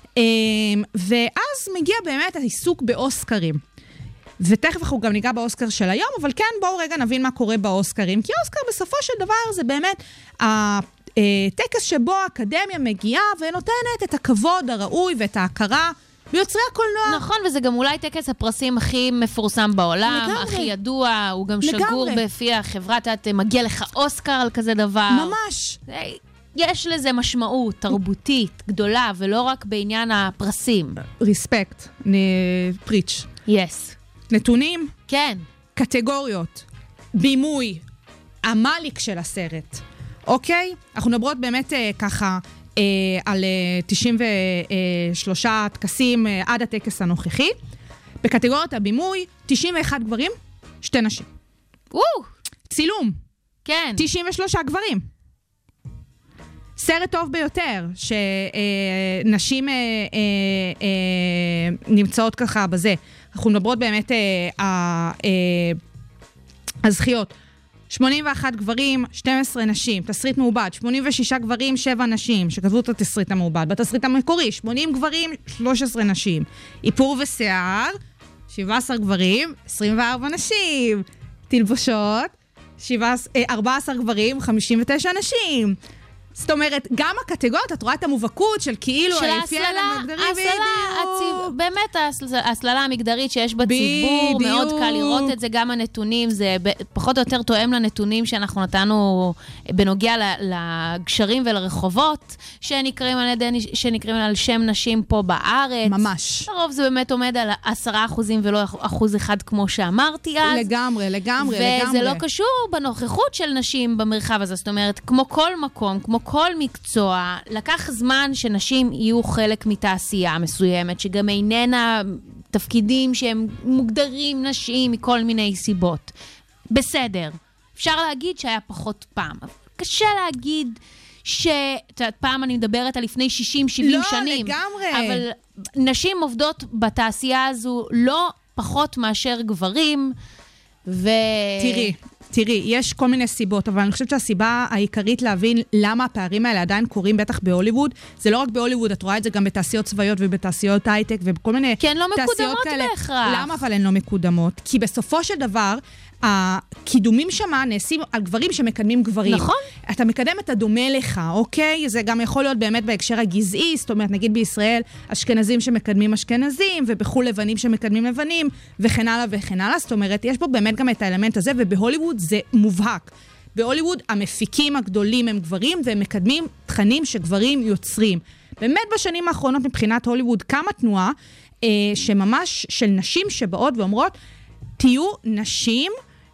ואז מגיע באמת העיסוק באוסקרים. ותכף אנחנו גם ניגע באוסקר של היום, אבל כן, בואו רגע נבין מה קורה באוסקרים, כי אוסקר בסופו של דבר זה באמת הטקס שבו האקדמיה מגיעה ונותנת את הכבוד הראוי ואת ההכרה ביוצרי הקולנוע. נכון, וזה גם אולי טקס הפרסים הכי מפורסם בעולם, לגמרי. הכי ידוע, הוא גם שגור בפי החברה, אתה מגיע לך אוסקר על כזה דבר. ממש. יש לזה משמעות תרבותית גדולה, ולא רק בעניין הפרסים. ריספקט, פריץ'. יס. נתונים? כן. קטגוריות, בימוי, המליק של הסרט. אוקיי? אנחנו מדברות באמת ככה, על 93 טקסים עד הטקס הנוכחי. בקטגוריית הבימוי, 91 גברים, 2 נשים. צילום. כן. 93 גברים. סרט טוב ביותר, שנשים נמצאות ככה בזה. אנחנו מדברות באמת הזכיות. 81 גברים, 12 נשים, תסריט מעובד, 86 גברים, 7 נשים, שכתבו את התסריט המעובד. בתסריט המקורי, 80 גברים, 13 נשים. איפור ושיער, 17 גברים, 24 נשים. תלבושות, 14 גברים, 59 נשים. זאת אומרת, גם הקטגוריות, את רואה את המובהקות של כאילו... של ההסללה, באמת ההסללה המגדרית שיש בציבור, מאוד קל לראות את זה, גם הנתונים, זה פחות או יותר תואם לנתונים שאנחנו נתנו בנוגע לגשרים ולרחובות, שנקראים על שם נשים פה בארץ. ממש. לרוב זה באמת עומד על 10% ולא 1% כמו שאמרתי אז. לגמרי. וזה לא קשור בנוכחות של נשים במרחב הזה, זאת אומרת, כמו כל מקום, כמו כל מקצוע, לקח זמן שנשים יהיו חלק מתעשייה מסוימת, שגם איננה תפקידים שהם מוגדרים נשים מכל מיני סיבות. בסדר. אפשר להגיד שהיה פחות פעם. קשה להגיד פעם אני מדברת על לפני 60-70 שנים. לא, לגמרי. אבל נשים עובדות בתעשייה הזו לא פחות מאשר גברים, תראי, יש כל מיני סיבות, אבל אני חושבת שהסיבה העיקרית להבין למה הפערים האלה עדיין קורים בטח בהוליווד, זה לא רק בהוליווד, את רואה את זה גם בתעשיות צבאיות ובתעשיות הייטק ובכל מיני כן, לא תעשיות מקודמות כאלה. בהכרח. למה אבל הן לא מקודמות? כי בסופו של דבר, הקידומים שמה נעשים על גברים שמקדמים גברים. נכון. אתה מקדם את הדומה לך, אוקיי? זה גם יכול להיות באמת בהקשר הגזעי, זאת אומרת, נגיד בישראל, אשכנזים שמקדמים אשכנזים, ובחול לבנים שמקדמים לבנים, וכן הלאה וכן הלאה. זאת אומרת, יש בו באמת גם את האלמנט הזה, ובהוליווד זה מובהק. בהוליווד המפיקים הגדולים הם גברים, והם מקדמים תכנים שגברים יוצרים. באמת בשנים האחרונות מבחינת הוליווד, כמה תנועה שממש של נשים שבאות ואומרות, תהיו נשים,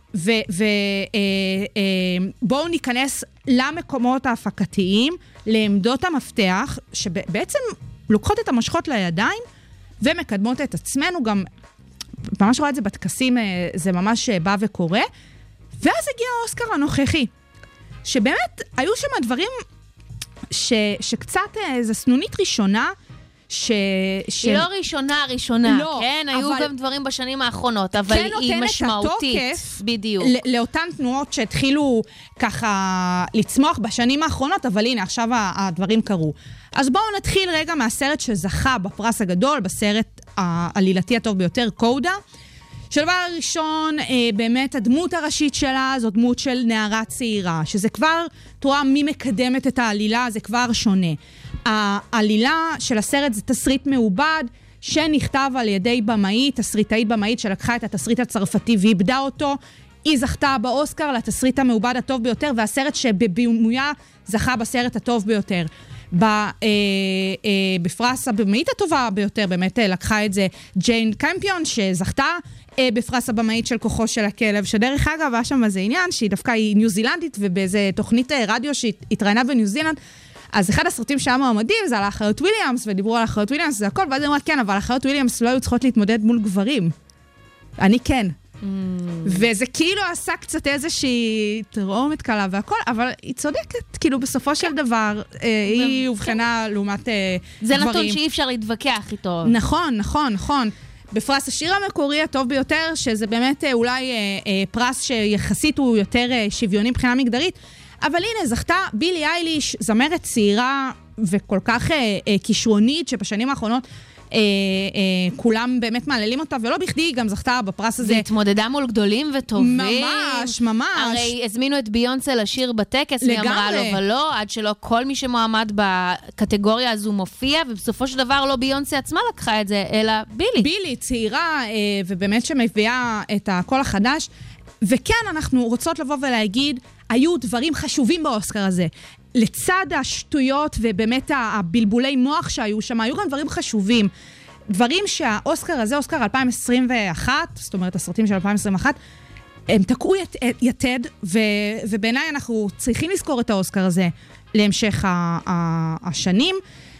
ובואו ניכנס למקומות ההפקתיים, לעמדות המפתח, שבעצם לוקחות את המשכות לידיים, ומקדמות את עצמנו, גם ממש רואה את זה בטקסים, זה ממש בא וקורה, ואז הגיע האוסקר הנוכחי, שבאמת היו שם דברים שקצת, זו סנונית ראשונה, היא לא ראשונה, לא, כן? היו גם דברים בשנים האחרונות, אבל כן היא משמעותית. בדיוק. לאותן תנועות שהתחילו ככה לצמוח בשנים האחרונות, אבל הנה, עכשיו הדברים קרו. אז בואו נתחיל רגע מהסרט שזכה בפרס הגדול, בסרט העלילתי הטוב ביותר, קודה. שלדבר הראשון, באמת הדמות הראשית שלה זו דמות של נערה צעירה, שזה כבר, תראה מי מקדמת את העלילה, זה כבר שונה. העלילה של הסרט זה תסריט מעובד, שנכתב על ידי במאית, תסריטאית במאית שלקחה את התסריט הצרפתי ואיבדה אותו. היא זכתה באוסקר לתסריט המעובד הטוב ביותר, והסרט שבבימויה זכה בסרט הטוב ביותר. בפרס הבמאית הטובה ביותר, באמת לקחה את זה ג'יין קמפיון, שזכתה בפרס הבמאית של כוחו של הכלב, שדרך אגב, היה שם איזה עניין, שהיא דווקא היא ניו זילנדית, ובאיזה תוכנית רדיו שהתראיינה בניו זילנד, אז אחד הסרטים שהיה מעמדים, זה על האחיות וויליאמס, ודיברו על האחיות וויליאמס, זה הכל, ואז היא אמרה, כן, אבל האחיות וויליאמס לא היו צריכות להתמודד מול גברים. אני כן. וזה כאילו עשה קצת איזושהי תרעומת קלה והכל, אבל היא צודקת, כאילו בסופו של דבר, היא הובחנה לעומת גברים. זה נתון שאי אפשר להתווכח איתו. נכון. בפרס השיר המקורי הטוב ביותר, שזה באמת אולי פרס שיחסית הוא יותר שוויוני מבחינה מגדרית, אבל הנה, זכתה בילי אייליש, זמרת צעירה וכל כך כישרונית, שבשנים האחרונות כולם באמת מעללים אותה, ולא בכדי היא גם זכתה בפרס הזה. והתמודדה מול גדולים וטובים. ממש. הרי הזמינו את ביונסה לשיר בטקס, היא אמרה לו, אבל לא, עד שלא כל מי שמועמד בקטגוריה הזו מופיע, ובסופו של דבר לא ביונסה עצמה לקחה את זה, אלא בילי. בילי, צעירה, ובאמת שמביאה את הקול החדש, וכן, אנחנו רוצות לבוא ולהגיד, היו דברים חשובים באוסקר הזה. לצד השטויות ובאמת הבלבולי מוח שהיו שם, היו גם דברים חשובים. דברים שהאוסקר הזה, אוסקר 2021, זאת אומרת, הסרטים של 2021, הם תקעו יתד, ובעיניי אנחנו צריכים לזכור את האוסקר הזה להמשך השנים.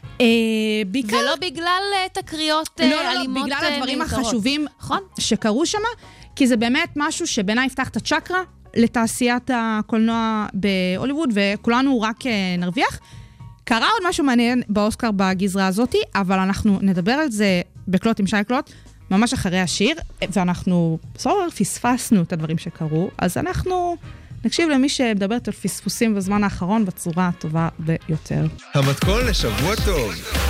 ולא בגלל תקריות אלימות. לא, בגלל הדברים החשובים שקרו שם, כי זה באמת משהו שבעיניי יפתח את הצ'קרה, לתעשיית הקולנוע בהוליווד, וכולנו רק נרוויח. קרה עוד משהו מעניין באוסקר בגזרה הזאת, אבל אנחנו נדבר על זה בקלוט עם שי קלוט, ממש אחרי השיר, ואנחנו בסופו פספסנו את הדברים שקרו, אז אנחנו נקשיב למי שמדברת על פספוסים בזמן האחרון בצורה הטובה ביותר. המתכון לשבוע טוב.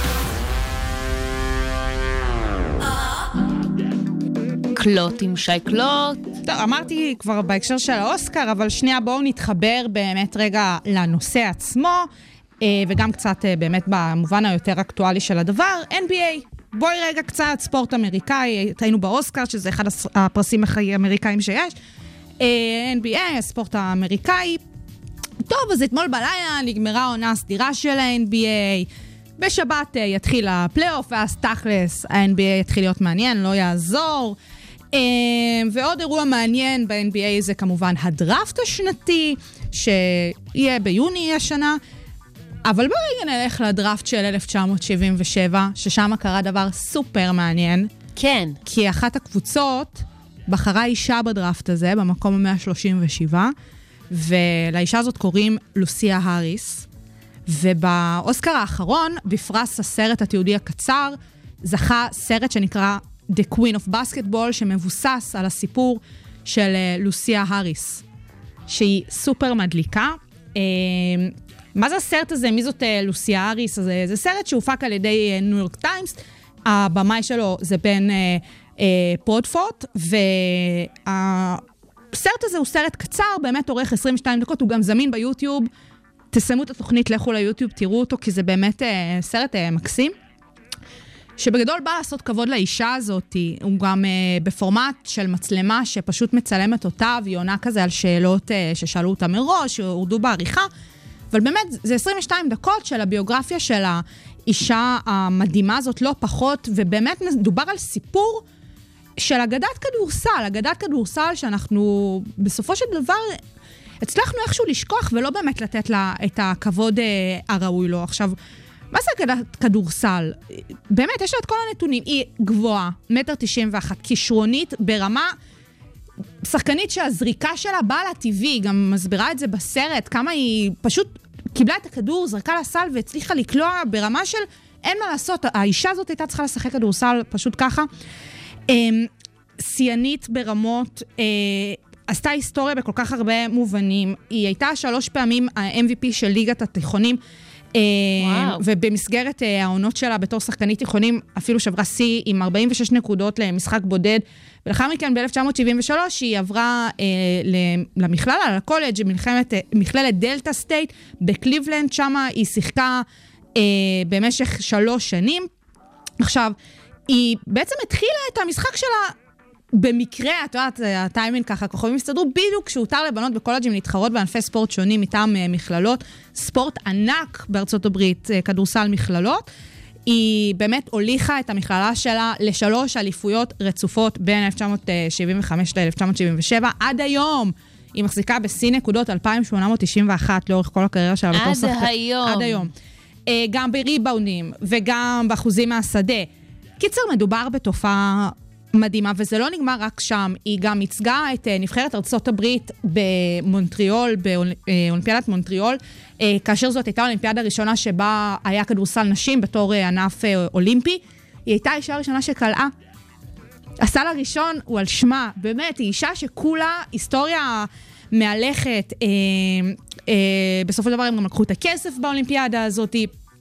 קלוט עם שי קלוט. טוב, אמרתי כבר בהקשר של האוסקר, אבל שנייה בואו נתחבר באמת רגע לנושא עצמו, וגם קצת באמת במובן היותר אקטואלי של הדבר, NBA. בואי רגע קצת ספורט אמריקאי, היינו באוסקר, שזה אחד הפרסים האמריקאים שיש. NBA, הספורט האמריקאי. טוב, אז אתמול בלילה נגמרה העונה הסדירה של ה-NBA. בשבת יתחיל הפלייאוף, ואז תכלס ה-NBA יתחיל להיות מעניין, לא יעזור. ועוד אירוע מעניין ב-NBA זה כמובן הדראפט השנתי, שיהיה ביוני השנה. אבל בואו נלך לדראפט של 1977, ששם קרה דבר סופר מעניין. כן. כי אחת הקבוצות בחרה אישה בדראפט הזה, במקום ה-137, ולאישה הזאת קוראים לוסיה האריס. ובאוסקר האחרון, בפרס הסרט התיעודי הקצר, זכה סרט שנקרא The Queen of Basketball, שמבוסס על הסיפור של לוסיה האריס, שהיא סופר מדליקה. מה זה הסרט הזה? מי זאת לוסיה האריס? זה סרט שהופק על ידי ניו יורק טיימס, הבמאי שלו זה בן פרודפורט, והסרט הזה הוא סרט קצר, באמת אורך 22 דקות, הוא גם זמין ביוטיוב, תסיימו את התוכנית, לכו ליוטיוב, תראו אותו, כי זה באמת סרט מקסים, שבגדול בא לעשות כבוד לאישה הזאת, הוא גם בפורמט של מצלמה שפשוט מצלמת אותה, והיא עונה כזה על שאלות ששאלו אותה מראש, שהורדו בעריכה, אבל באמת זה 22 דקות של הביוגרפיה של האישה המדהימה הזאת, לא פחות, ובאמת דובר על סיפור של אגדת כדורסל, שאנחנו בסופו של דבר הצלחנו איכשהו לשכוח, ולא באמת לתת לה את הכבוד הראוי לו. עכשיו, מה זה אגדת כדורסל? באמת, יש לה את כל הנתונים. היא גבוהה, 1.91 מטר, כישרונית ברמה, שחקנית שהזריקה שלה באה לטבעי, גם מסבירה את זה בסרט, כמה היא פשוט קיבלה את הכדור, זרקה לסל והצליחה לקלוע ברמה של אין מה לעשות, האישה הזאת הייתה צריכה לשחק כדורסל פשוט ככה. סיינית ברמות, עשתה היסטוריה בכל כך הרבה מובנים. היא הייתה 3 פעמים ה-MVP של ליגת התיכונים, ובמסגרת העונות שלה בתור שחקנית תיכונים, אפילו שברה שיא עם 46 נקודות למשחק בודד, ולאחר מכן ב-1973 היא עברה למכללה, לקולג', מכללת דלטה סטייט בקליבלנד, שמה היא שיחקה במשך 3 שנים. עכשיו, היא בעצם התחילה את המשחק שלה במקרה, את יודעת, הטיימינג ככה, כוכבים הסתדרו בדיוק כשהותר לבנות בקולג'ים להתחרות בענפי ספורט שונים מטעם מכללות, ספורט ענק בארצות הברית, כדורסל מכללות. היא באמת הוליכה את המכללה שלה ל3 אליפויות רצופות בין 1975 ל-1977. עד היום היא מחזיקה בשיא נקודות 2,891 לאורך כל הקריירה שלה. עד היום. גם בריבאונדים וגם באחוזים מהשדה. קיצר, מדובר בתופעה מדהימה, וזה לא נגמר רק שם. היא גם ייצגה את נבחרת ארצות הברית במונטריאול, באולימפיאדת מונטריאול, כאשר זאת הייתה האולימפיאדה הראשונה שבה היה כדורסל נשים בתור ענף אולימפי. היא הייתה האישה הראשונה שקלעה. הסל הראשון הוא על שמה, באמת, היא אישה שכולה היסטוריה מהלכת. בסופו של דבר הם גם לקחו את הכסף באולימפיאדה הזאת.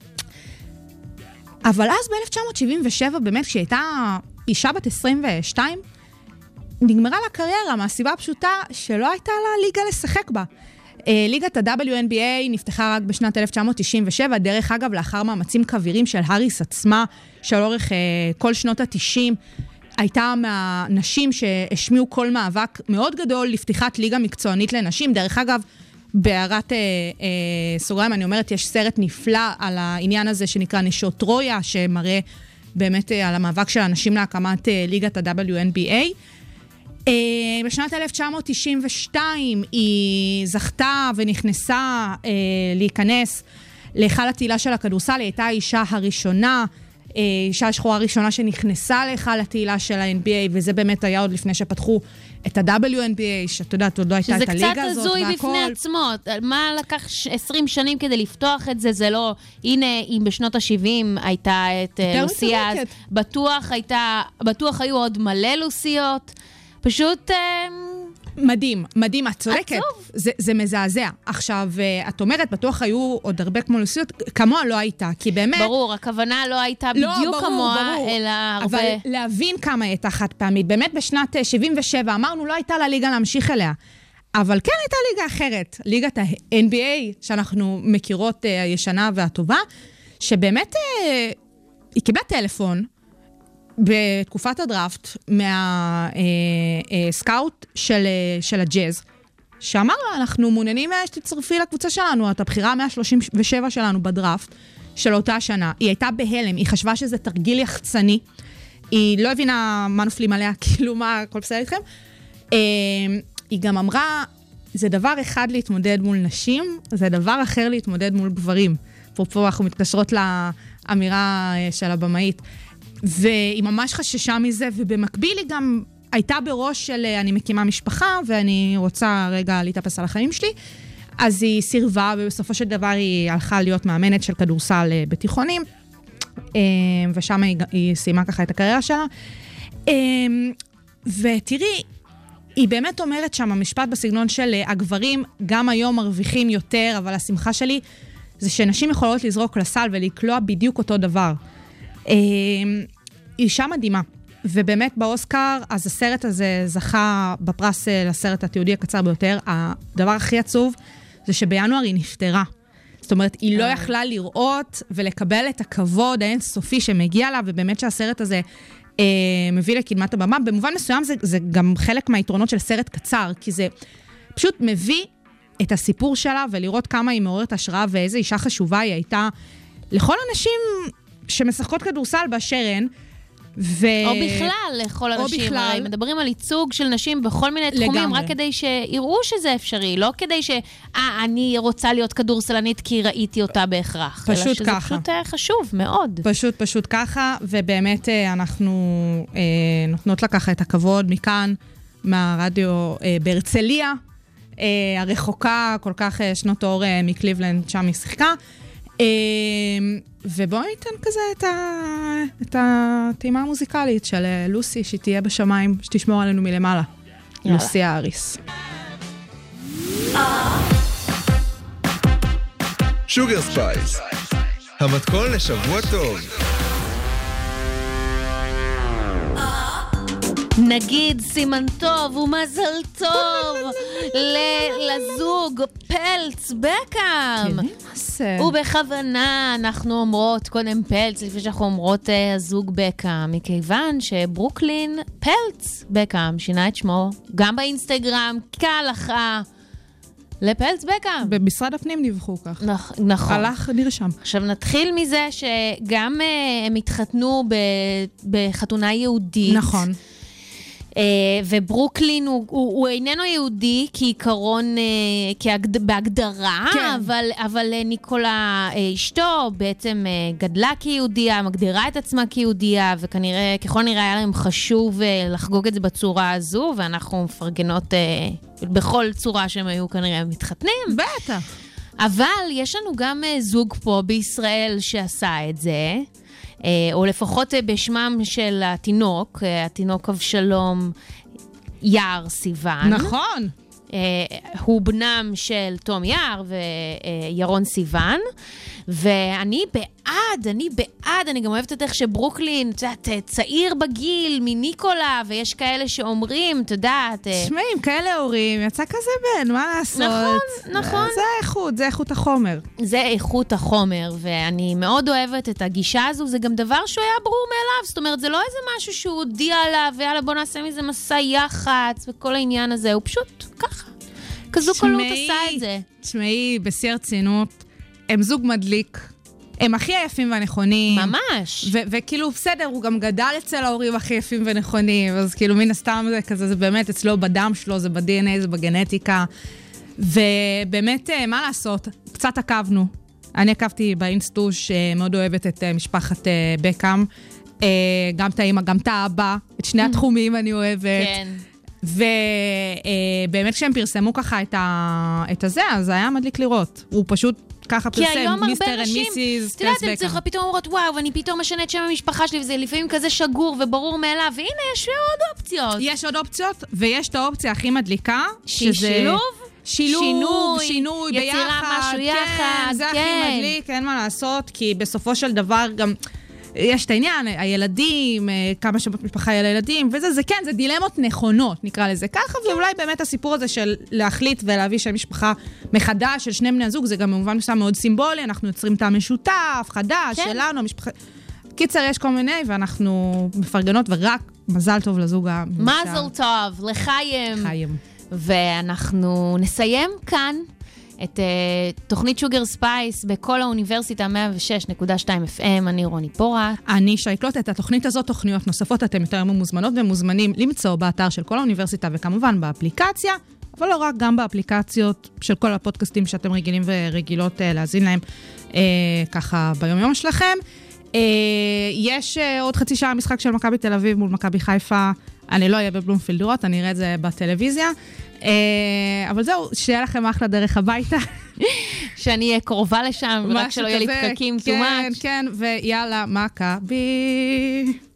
אבל אז ב-1977, באמת, כשהיא הייתה אישה בת 22, נגמרה לה קריירה, מהסיבה הפשוטה שלא הייתה לה ליגה לשחק בה. ליגת ה-WNBA נפתחה רק בשנת 1997, דרך אגב, לאחר מאמצים כבירים של הריס עצמה, שלאורך כל שנות ה-90, הייתה מהנשים שהשמיעו כל מאבק מאוד גדול לפתיחת ליגה מקצוענית לנשים. דרך אגב, בהערת סוגריים, אני אומרת, יש סרט נפלא על העניין הזה שנקרא נשות טרויה, שמראה באמת על המאבק של האנשים להקמת ליגת ה-WNBA. בשנת 1992 היא זכתה ונכנסה להיכנס להיכל התהילה של הכדורסל. היא הייתה האישה הראשונה, אישה השחורה הראשונה שנכנסה להיכל התהילה של ה-NBA, וזה באמת היה עוד לפני שפתחו את ה-WNBA, שאת יודעת, עוד לא הייתה את הליגה הזאת. שזה קצת הזוי בפני עצמו. מה לקח 20 שנים כדי לפתוח את זה? זה לא, הנה, אם בשנות ה-70 הייתה את לוסיה, אז בטוח היו עוד מלא לוסיות. פשוט מדהים, מדהים, את צודקת. זה מזעזע. עכשיו, את אומרת, בטוח היו עוד הרבה כמו לוסיות, כמוה לא הייתה, כי באמת... ברור, הכוונה לא הייתה בדיוק כמוה, אלא הרבה... אבל להבין כמה הייתה חד פעמית. באמת בשנת 77, אמרנו, לא הייתה לה ליגה להמשיך אליה. אבל כן הייתה ליגה אחרת, ליגת ה-NBA, שאנחנו מכירות הישנה והטובה, שבאמת היא קיבלה טלפון, בתקופת הדראפט, מהסקאוט של הג'אז, שאמר לה, אנחנו מעוניינים שתצרפי לקבוצה שלנו, את הבחירה 137 שלנו בדראפט של אותה שנה. היא הייתה בהלם, היא חשבה שזה תרגיל יחצני, היא לא הבינה מה נופלים עליה, כאילו מה, הכל בסדר איתכם. היא גם אמרה, זה דבר אחד להתמודד מול נשים, זה דבר אחר להתמודד מול גברים. פה אנחנו מתקשרות לאמירה של הבמאית. והיא ממש חששה מזה, ובמקביל היא גם הייתה בראש של אני מקימה משפחה, ואני רוצה רגע להתאפס על החיים שלי, אז היא סירבה, ובסופו של דבר היא הלכה להיות מאמנת של כדורסל בתיכונים, ושם היא סיימה ככה את הקריירה שלה. ותראי, היא באמת אומרת שם, המשפט בסגנון של הגברים גם היום מרוויחים יותר, אבל השמחה שלי זה שנשים יכולות לזרוק לסל ולקלוע בדיוק אותו דבר. אישה מדהימה, ובאמת באוסקר, אז הסרט הזה זכה בפרס לסרט התיעודי הקצר ביותר. הדבר הכי עצוב זה שבינואר היא נפטרה. זאת אומרת, היא לא יכלה לראות ולקבל את הכבוד האינסופי שמגיע לה, ובאמת שהסרט הזה מביא לקדמת הבמה. במובן מסוים זה גם חלק מהיתרונות של סרט קצר, כי זה פשוט מביא את הסיפור שלה, ולראות כמה היא מעוררת השראה, ואיזו אישה חשובה היא הייתה לכל אנשים שמשחקות כדורסל באשר הן, או בכלל לכל אנשים, הרי מדברים על ייצוג של נשים בכל מיני תחומים, רק כדי שיראו שזה אפשרי, לא כדי שאני רוצה להיות כדורסלנית כי ראיתי אותה בהכרח. פשוט ככה. אלא שזה פשוט חשוב מאוד. פשוט ככה, ובאמת אנחנו נותנות לה ככה את הכבוד מכאן, מהרדיו בהרצליה, הרחוקה כל כך שנות אור מקליבלנד, שם היא שיחקה. ובואו ניתן כזה את הטעימה המוזיקלית של לוסי, שהיא תהיה בשמיים, שתשמור עלינו מלמעלה. לוסי האריס. שוגר ספייס, המתכון לשבוע טוב. נגיד סימן טוב ומזל טוב לזוג פלץ בקאם. ובכוונה אנחנו אומרות קודם פלץ לפני שאנחנו אומרות הזוג בקאם, מכיוון שברוקלין פלץ בקאם שינה את שמו גם באינסטגרם כהלכה לפלץ בקאם. במשרד הפנים דיווחו כך. נכון. הלך נרשם. עכשיו נתחיל מזה שגם הם התחתנו בחתונה יהודית. נכון. וברוקלין הוא איננו יהודי כעיקרון, בהגדרה, כן. אבל ניקולה אשתו בעצם גדלה כיהודיה, מגדירה את עצמה כיהודיה, וכנראה, ככל נראה היה להם חשוב לחגוג את זה בצורה הזו, ואנחנו מפרגנות בכל צורה שהם היו כנראה מתחתנים. בטח. אבל יש לנו גם זוג פה בישראל שעשה את זה, או לפחות בשמם של התינוק, התינוק אבשלום יער סיוון. נכון. הוא בנם של תום יער וירון סיוון, ואני בעד, אני גם אוהבת את איך שברוקלין, צעיר בגיל מניקולה, ויש כאלה שאומרים, אתה יודעת... שמעים, כאלה הורים, יצא כזה בן, מה לעשות? נכון. זה איכות החומר. זה איכות החומר, ואני מאוד אוהבת את הגישה הזו, זה גם דבר שהוא היה ברור מאליו, זאת אומרת, זה לא איזה משהו שהוא הודיע עליו, ויאללה בוא נעשה מזה מסע יחץ, וכל העניין הזה, הוא פשוט ככה. כזו קלות עשה את זה. תשמעי, בשיא הרצינות, הם זוג מדליק, הם הכי היפים והנכונים. ממש. וכאילו, בסדר, הוא גם גדל אצל ההורים הכי יפים ונכונים, אז כאילו, מן הסתם זה כזה, זה באמת אצלו בדם שלו, זה ב-DNA, זה בגנטיקה. ובאמת, מה לעשות? קצת עקבנו. אני עקבתי באינסטוש, מאוד אוהבת את משפחת בקאם, גם את האמא, גם את האבא, את שני התחומים אני אוהבת. כן. ובאמת כשהם פרסמו ככה את הזה, אז היה מדליק לראות. הוא פשוט ככה פרסם, מיסטר אנד מיסיס, אתה יודעת, הם צריכה פתאום אומרות, וואו, ואני פתאום משנה את שם המשפחה שלי, וזה לפעמים כזה שגור וברור מאליו, והנה, יש עוד אופציות. יש עוד אופציות, ויש את האופציה הכי מדליקה, שזה... שינוי, יצירה משהו יחד, זה הכי מדליק, אין מה לעשות, כי בסופו של דבר גם... יש את העניין, הילדים, כמה שבת משפחה על הילדים, וזה, זה כן, זה דילמות נכונות, נקרא לזה ככה, ואולי באמת הסיפור הזה של להחליט ולהביא שם משפחה מחדש של שני בני הזוג, זה גם במובן מסוים מאוד סימבולי, אנחנו יוצרים טעם משותף, חדש, שלנו, המשפחה... קיצר, יש כל מיני, ואנחנו מפרגנות, ורק מזל טוב לזוג המאושר. מזל טוב, לחיים. חיים. ואנחנו נסיים כאן את תוכנית שוגר ספייס בכל האוניברסיטה 106.2 FM. אני רוני פורט. אני שייקלוט. את התוכנית הזאת, תוכניות נוספות, אתם יותר מוזמנות ומוזמנים למצוא באתר של כל האוניברסיטה, וכמובן באפליקציה, אבל לא רק, גם באפליקציות של כל הפודקאסטים שאתם רגילים ורגילות להזין להם ככה ביום יום שלכם. יש עוד חצי שעה משחק של מכבי תל אביב מול מכבי חיפה. אני לא אהיה בבלומפילד לראות, אני אראה את זה בטלוויזיה. אבל זהו, שיהיה לכם אחלה דרך הביתה. שאני אהיה קרובה לשם, ורק שלא יהיה לי פקקים too much. כן, ויאללה, מכבי.